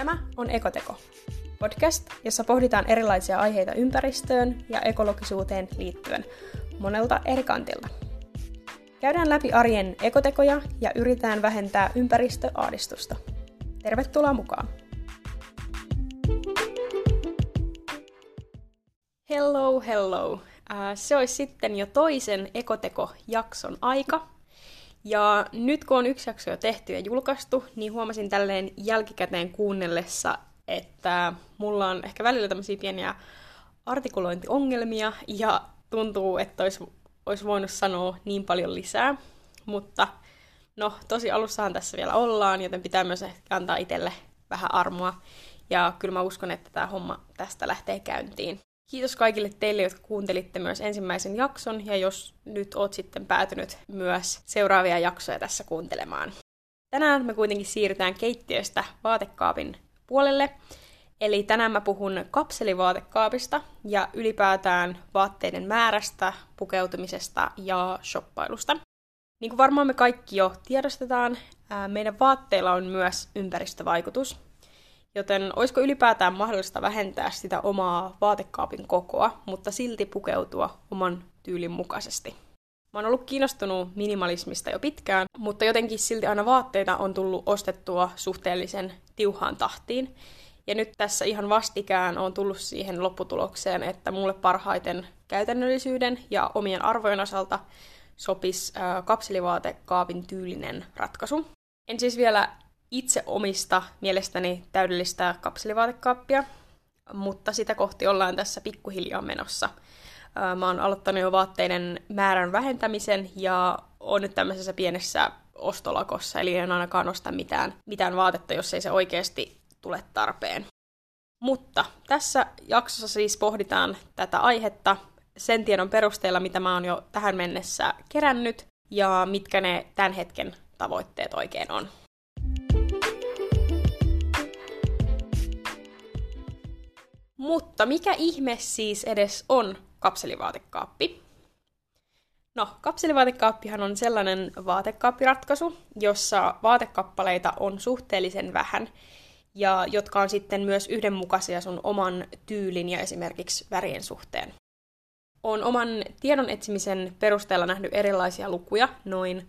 Tämä on Ekoteko, podcast, jossa pohditaan erilaisia aiheita ympäristöön ja ekologisuuteen liittyen monelta eri kantilta. Käydään läpi arjen ekotekoja ja yritetään vähentää ympäristöahdistusta. Tervetuloa mukaan! Hello! Se olisi sitten jo toisen Ekoteko-jakson aika. Ja nyt kun on yksi jakso jo tehty ja julkaistu, niin huomasin tälleen jälkikäteen kuunnellessa, että mulla on ehkä välillä tämmöisiä pieniä artikulointiongelmia ja tuntuu, että olisi voinut sanoa niin paljon lisää. Mutta no, tosi alussahan tässä vielä ollaan, joten pitää myös ehkä antaa itselle vähän armoa. Ja kyllä mä uskon, että tämä homma tästä lähtee käyntiin. Kiitos kaikille teille, jotka kuuntelitte myös ensimmäisen jakson, ja jos nyt oot sitten päätynyt myös seuraavia jaksoja tässä kuuntelemaan. Tänään me kuitenkin siirrytään keittiöstä vaatekaapin puolelle, eli tänään mä puhun kapselivaatekaapista ja ylipäätään vaatteiden määrästä, pukeutumisesta ja shoppailusta. Niin kuin varmaan me kaikki jo tiedostetaan, meidän vaatteilla on myös ympäristövaikutus. Joten olisiko ylipäätään mahdollista vähentää sitä omaa vaatekaapin kokoa, mutta silti pukeutua oman tyylin mukaisesti? Mä oon ollut kiinnostunut minimalismista jo pitkään, mutta jotenkin silti aina vaatteita on tullut ostettua suhteellisen tiuhaan tahtiin. Ja nyt tässä ihan vastikään on tullut siihen lopputulokseen, että mulle parhaiten käytännöllisyyden ja omien arvojen osalta sopisi kapselivaatekaapin tyylinen ratkaisu. En siis vielä itse omista mielestäni täydellistä kapselivaatekaappia, mutta sitä kohti ollaan tässä pikkuhiljaa menossa. Mä oon aloittanut jo vaatteiden määrän vähentämisen ja oon nyt tämmöisessä pienessä ostolakossa, eli en ainakaan osta mitään vaatetta, jos ei se oikeasti tule tarpeen. Mutta tässä jaksossa siis pohditaan tätä aihetta sen tiedon perusteella, mitä mä oon jo tähän mennessä kerännyt ja mitkä ne tämän hetken tavoitteet oikein on. Mutta mikä ihme siis edes on kapselivaatekaappi? No, kapselivaatekaappihan on sellainen vaatekaappiratkaisu, jossa vaatekappaleita on suhteellisen vähän, ja jotka on sitten myös yhdenmukaisia sun oman tyylin ja esimerkiksi värien suhteen. Olen oman tiedon etsimisen perusteella nähnyt erilaisia lukuja, noin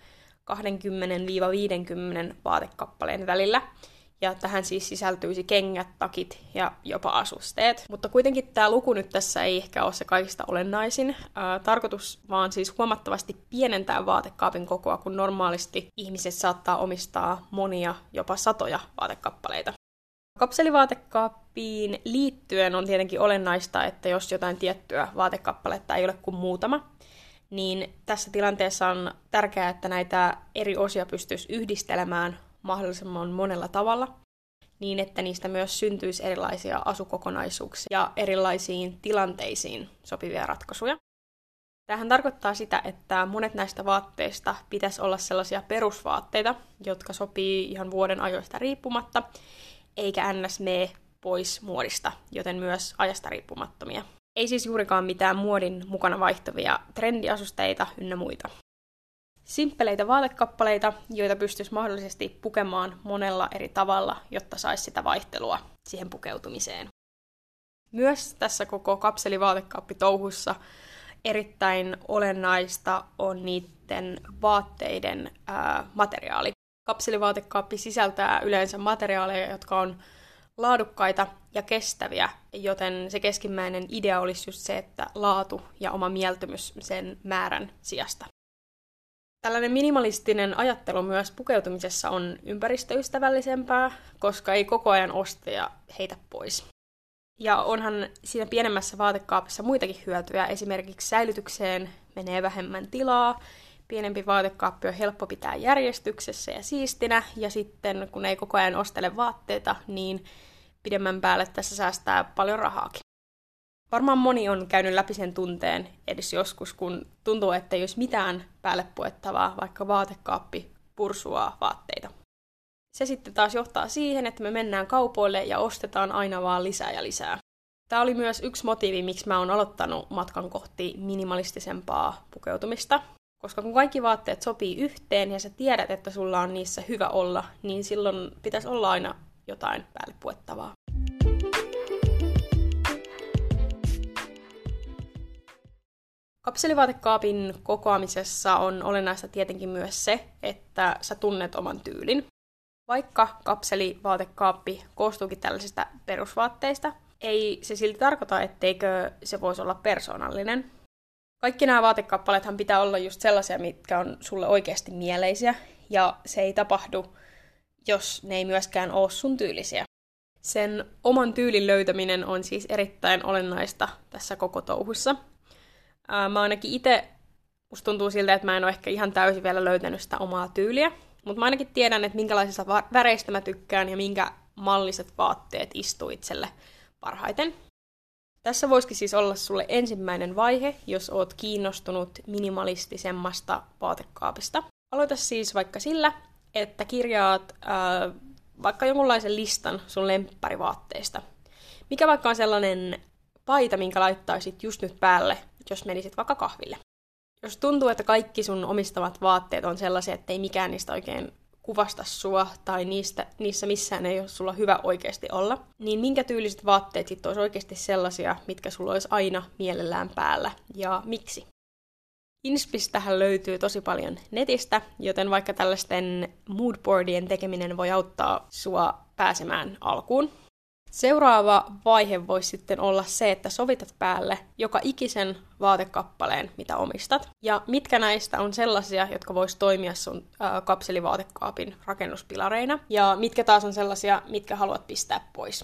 20-50 vaatekappaleen välillä, ja tähän siis sisältyisi kengät, takit ja jopa asusteet. Mutta kuitenkin tämä luku nyt tässä ei ehkä ole se kaikista olennaisin. Tarkoitus vaan siis huomattavasti pienentää vaatekaapin kokoa, kun normaalisti ihmiset saattaa omistaa monia, jopa satoja vaatekappaleita. Kapselivaatekaappiin liittyen on tietenkin olennaista, että jos jotain tiettyä vaatekappaletta ei ole kuin muutama, niin tässä tilanteessa on tärkeää, että näitä eri osia pystyisi yhdistelemään mahdollisimman monella tavalla, niin että niistä myös syntyisi erilaisia asukokonaisuuksia ja erilaisiin tilanteisiin sopivia ratkaisuja. Tämähän tarkoittaa sitä, että monet näistä vaatteista pitäisi olla sellaisia perusvaatteita, jotka sopii ihan vuoden ajoista riippumatta, eikä ns. Mene pois muodista, joten myös ajasta riippumattomia. Ei siis juurikaan mitään muodin mukana vaihtuvia trendiasusteita ynnä muita. Simppeleitä vaatekappaleita, joita pystyisi mahdollisesti pukemaan monella eri tavalla, jotta saisi sitä vaihtelua siihen pukeutumiseen. Myös tässä koko kapselivaatekaappitouhussa erittäin olennaista on niiden vaatteiden materiaali. Kapselivaatekaappi sisältää yleensä materiaaleja, jotka on laadukkaita ja kestäviä, joten se keskimmäinen idea olisi just se, että laatu ja oma mieltymys sen määrän sijasta. Tällainen minimalistinen ajattelu myös pukeutumisessa on ympäristöystävällisempää, koska ei koko ajan osta ja heitä pois. Ja onhan siinä pienemmässä vaatekaapissa muitakin hyötyjä, esimerkiksi säilytykseen menee vähemmän tilaa, pienempi vaatekaappi on helppo pitää järjestyksessä ja siistinä, ja sitten kun ei koko ajan ostele vaatteita, niin pidemmän päälle tässä säästää paljon rahaakin. Varmaan moni on käynyt läpi sen tunteen edes joskus, kun tuntuu, että ei olisi mitään päälle puettavaa, vaikka vaatekaappi pursuaa vaatteita. Se sitten taas johtaa siihen, että me mennään kaupoille ja ostetaan aina vaan lisää ja lisää. Tämä oli myös yksi motiivi, miksi mä oon aloittanut matkan kohti minimalistisempaa pukeutumista. Koska kun kaikki vaatteet sopii yhteen ja sä tiedät, että sulla on niissä hyvä olla, niin silloin pitäisi olla aina jotain päälle puettavaa. Kapselivaatekaapin kokoamisessa on olennaista tietenkin myös se, että sä tunnet oman tyylin. Vaikka kapselivaatekaappi koostuukin tällaisista perusvaatteista, ei se silti tarkoita, etteikö se voisi olla persoonallinen. Kaikki nämä vaatekappaleethan pitää olla just sellaisia, mitkä on sulle oikeasti mieleisiä, ja se ei tapahdu, jos ne ei myöskään ole sun tyylisiä. Sen oman tyylin löytäminen on siis erittäin olennaista tässä koko touhussa. Mä ainakin itse, musta tuntuu siltä, että mä en ole ehkä ihan täysin vielä löytänyt sitä omaa tyyliä, mutta mä ainakin tiedän, että minkälaisista väreistä mä tykkään ja minkä malliset vaatteet istuu itselle parhaiten. Tässä voisikin siis olla sulle ensimmäinen vaihe, jos oot kiinnostunut minimalistisemmasta vaatekaapista. Aloita siis vaikka sillä, että kirjaat vaikka jonkunlaisen listan sun lempparivaatteista. Mikä vaikka on sellainen paita, minkä laittaisit just nyt päälle, jos menisit vaikka kahville. Jos tuntuu, että kaikki sun omistamat vaatteet on sellaisia, että ei mikään niistä oikein kuvasta sua, tai niissä missään ei ole sulla hyvä oikeasti olla, niin minkä tyyliset vaatteet sitten olisi oikeasti sellaisia, mitkä sulla olisi aina mielellään päällä, ja miksi? Inspistähän löytyy tosi paljon netistä, joten vaikka tällaisten moodboardien tekeminen voi auttaa sua pääsemään alkuun. Seuraava vaihe voisi sitten olla se, että sovitat päälle joka ikisen vaatekappaleen, mitä omistat. Ja mitkä näistä on sellaisia, jotka vois toimia sun kapselivaatekaapin rakennuspilareina. Ja mitkä taas on sellaisia, mitkä haluat pistää pois.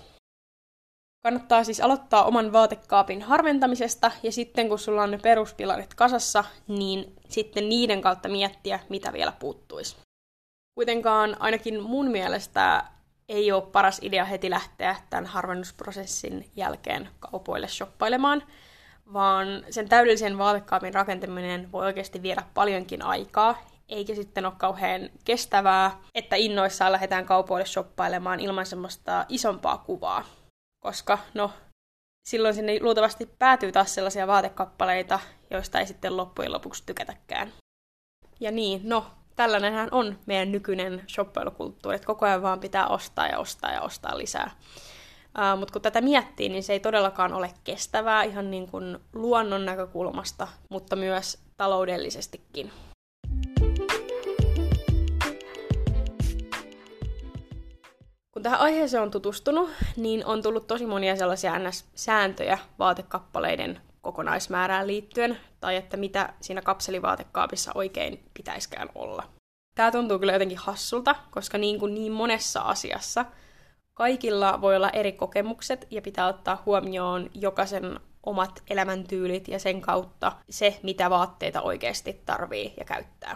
Kannattaa siis aloittaa oman vaatekaapin harventamisesta, ja sitten kun sulla on ne peruspilarit kasassa, niin sitten niiden kautta miettiä, mitä vielä puuttuisi. Kuitenkaan ainakin mun mielestä ei ole paras idea heti lähteä tämän harvennusprosessin jälkeen kaupoille shoppailemaan, vaan sen täydellisen vaatekaapin rakentaminen voi oikeasti viedä paljonkin aikaa, eikä sitten ole kauhean kestävää, että innoissaan lähdetään kaupoille shoppailemaan ilman semmoista isompaa kuvaa. Koska, silloin sinne luultavasti päätyy taas sellaisia vaatekappaleita, joista ei sitten loppujen lopuksi tykätäkään. Ja niin, tällainenhän on meidän nykyinen shoppailukulttuuri, että koko ajan vaan pitää ostaa ja ostaa ja ostaa lisää. Mutta kun tätä miettii, niin se ei todellakaan ole kestävää ihan niin kuin luonnon näkökulmasta, mutta myös taloudellisestikin. Kun tähän aiheeseen on tutustunut, niin on tullut tosi monia sellaisia NS-sääntöjä vaatekappaleiden kokonaismäärään liittyen, tai että mitä siinä kapselivaatekaapissa oikein pitäiskään olla. Tämä tuntuu kyllä jotenkin hassulta, koska niin kuin niin monessa asiassa, kaikilla voi olla eri kokemukset ja pitää ottaa huomioon jokaisen omat elämäntyylit ja sen kautta se, mitä vaatteita oikeasti tarvii ja käyttää.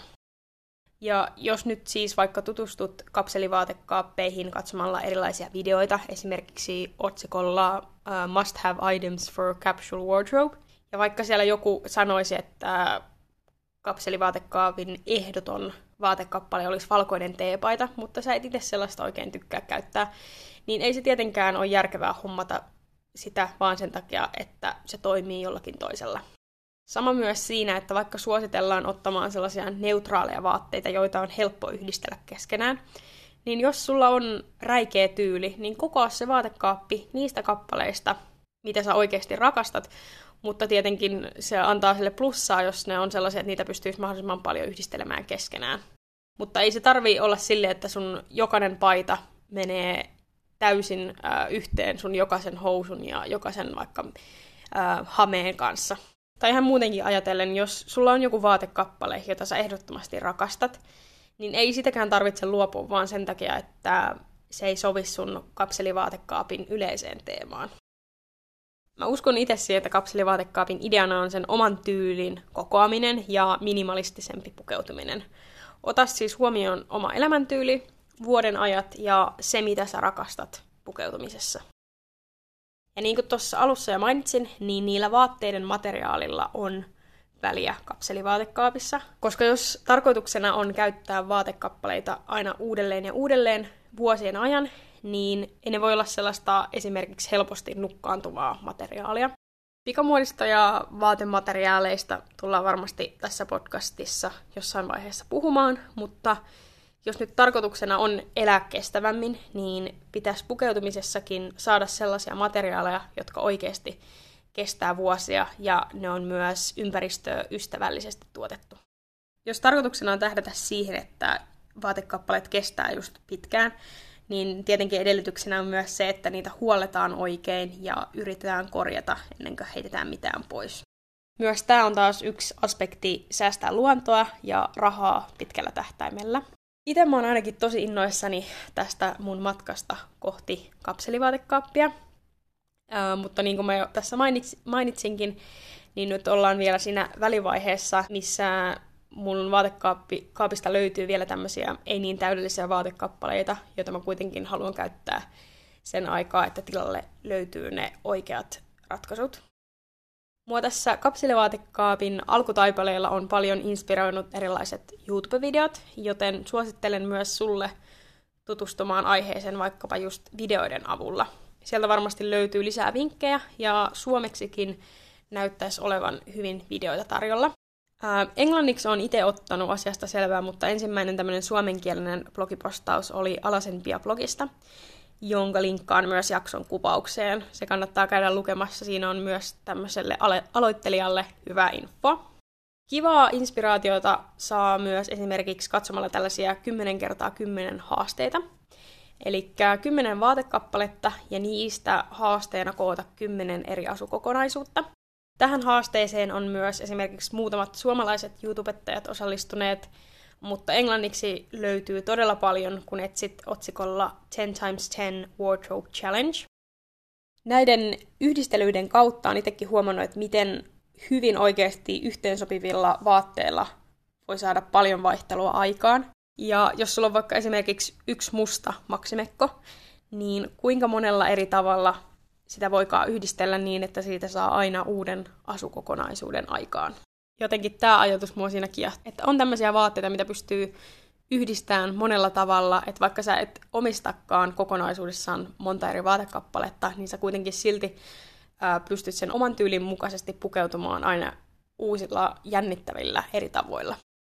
Ja jos nyt siis vaikka tutustut kapselivaatekaappeihin katsomalla erilaisia videoita, esimerkiksi otsikolla Must Have Items for Capsule Wardrobe, ja vaikka siellä joku sanoisi, että kapselivaatekaapin ehdoton vaatekappale olisi valkoinen teepaita, mutta sä et itse sellaista oikein tykkää käyttää, niin ei se tietenkään ole järkevää hommata sitä vaan sen takia, että se toimii jollakin toisella. Sama myös siinä, että vaikka suositellaan ottamaan sellaisia neutraaleja vaatteita, joita on helppo yhdistellä keskenään, niin jos sulla on räikeä tyyli, niin kokoa se vaatekaappi niistä kappaleista, mitä sä oikeasti rakastat, mutta tietenkin se antaa sille plussaa, jos ne on sellaisia, että niitä pystyisi mahdollisimman paljon yhdistelemään keskenään. Mutta ei se tarvii olla silleen, että sun jokainen paita menee täysin yhteen sun jokaisen housun ja jokaisen vaikka hameen kanssa. Tai ihan muutenkin ajatellen, jos sulla on joku vaatekappale, jota sä ehdottomasti rakastat, niin ei sitäkään tarvitse luopua vaan sen takia, että se ei sovi sun kapselivaatekaapin yleiseen teemaan. Mä uskon itse siihen, että kapselivaatekaapin ideana on sen oman tyylin kokoaminen ja minimalistisempi pukeutuminen. Ota siis huomioon oma elämäntyyli, vuoden ajat ja se, mitä sä rakastat pukeutumisessa. Ja niin kuin tuossa alussa jo mainitsin, niin niillä vaatteiden materiaalilla on väliä kapselivaatekaapissa. Koska jos tarkoituksena on käyttää vaatekappaleita aina uudelleen ja uudelleen vuosien ajan, niin ne voi olla sellaista esimerkiksi helposti nukkaantuvaa materiaalia. Pikamuodista ja vaatemateriaaleista tullaan varmasti tässä podcastissa jossain vaiheessa puhumaan, mutta Jos nyt tarkoituksena on elää kestävämmin, niin pitäisi pukeutumisessakin saada sellaisia materiaaleja, jotka oikeasti kestää vuosia ja ne on myös ympäristöystävällisesti tuotettu. Jos tarkoituksena on tähdätä siihen, että vaatekappaleet kestää just pitkään, niin tietenkin edellytyksenä on myös se, että niitä huolletaan oikein ja yritetään korjata ennen kuin heitetään mitään pois. Myös tämä on taas yksi aspekti säästää luontoa ja rahaa pitkällä tähtäimellä. Itse mä oon ainakin tosi innoissani tästä mun matkasta kohti kapselivaatekaappia. Mutta niin kuin mä jo tässä mainitsinkin, niin nyt ollaan vielä siinä välivaiheessa, missä mun vaatekaapista löytyy vielä tämmöisiä ei niin täydellisiä vaatekappaleita, joita mä kuitenkin haluan käyttää sen aikaa, että tilalle löytyy ne oikeat ratkaisut. Mua tässä kapselivaatekaapin alkutaipaleilla on paljon inspiroinut erilaiset YouTube-videot, joten suosittelen myös sulle tutustumaan aiheeseen vaikkapa just videoiden avulla. Sieltä varmasti löytyy lisää vinkkejä ja suomeksikin näyttäisi olevan hyvin videoita tarjolla. Englanniksi olen itse ottanut asiasta selvää, mutta ensimmäinen tämmöinen suomenkielinen blogipostaus oli Alasempia blogista, jonka linkkaan myös jakson kuvaukseen. Se kannattaa käydä lukemassa, siinä on myös tämmöiselle aloittelijalle hyvää infoa. Kivaa inspiraatiota saa myös esimerkiksi katsomalla tällaisia 10x10 haasteita. Eli 10 vaatekappaletta ja niistä haasteena koota 10 eri asukokonaisuutta. Tähän haasteeseen on myös esimerkiksi muutamat suomalaiset YouTubettajat osallistuneet, mutta englanniksi löytyy todella paljon, kun etsit otsikolla 10x10 Wardrobe Challenge. Näiden yhdistelyiden kautta on itsekin huomannut, että miten hyvin oikeasti yhteensopivilla vaatteilla voi saada paljon vaihtelua aikaan. Ja jos sulla on vaikka esimerkiksi yksi musta maksimekko, niin kuinka monella eri tavalla sitä voikaan yhdistellä niin, että siitä saa aina uuden asukokonaisuuden aikaan. Jotenkin tämä ajatus mua siinä kiehtii, että on tämmöisiä vaatteita, mitä pystyy yhdistämään monella tavalla, että vaikka sä et omistakaan kokonaisuudessaan monta eri vaatekappaletta, niin sä kuitenkin silti pystyt sen oman tyylin mukaisesti pukeutumaan aina uusilla jännittävillä eri tavoilla.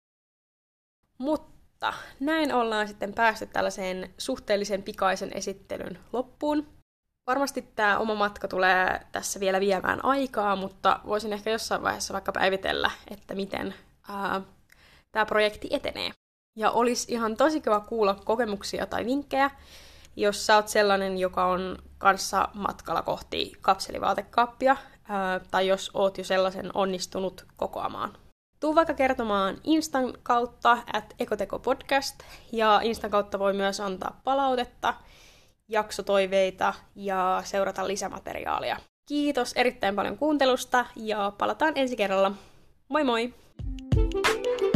Mutta näin ollaan sitten päästy tällaiseen suhteellisen pikaisen esittelyn loppuun. Varmasti tämä oma matka tulee tässä vielä viemään aikaa, mutta voisin ehkä jossain vaiheessa vaikka päivitellä, että miten tämä projekti etenee. Ja olisi ihan tosi kiva kuulla kokemuksia tai vinkkejä, jos sä oot sellainen, joka on kanssa matkalla kohti kapselivaatekaappia, tai jos oot jo sellaisen onnistunut kokoamaan. Tuu vaikka kertomaan Instan kautta @ekotekopodcast, ja Instan kautta voi myös antaa palautetta, jaksotoiveita ja seurata lisämateriaalia. Kiitos erittäin paljon kuuntelusta ja palataan ensi kerralla. Moi moi!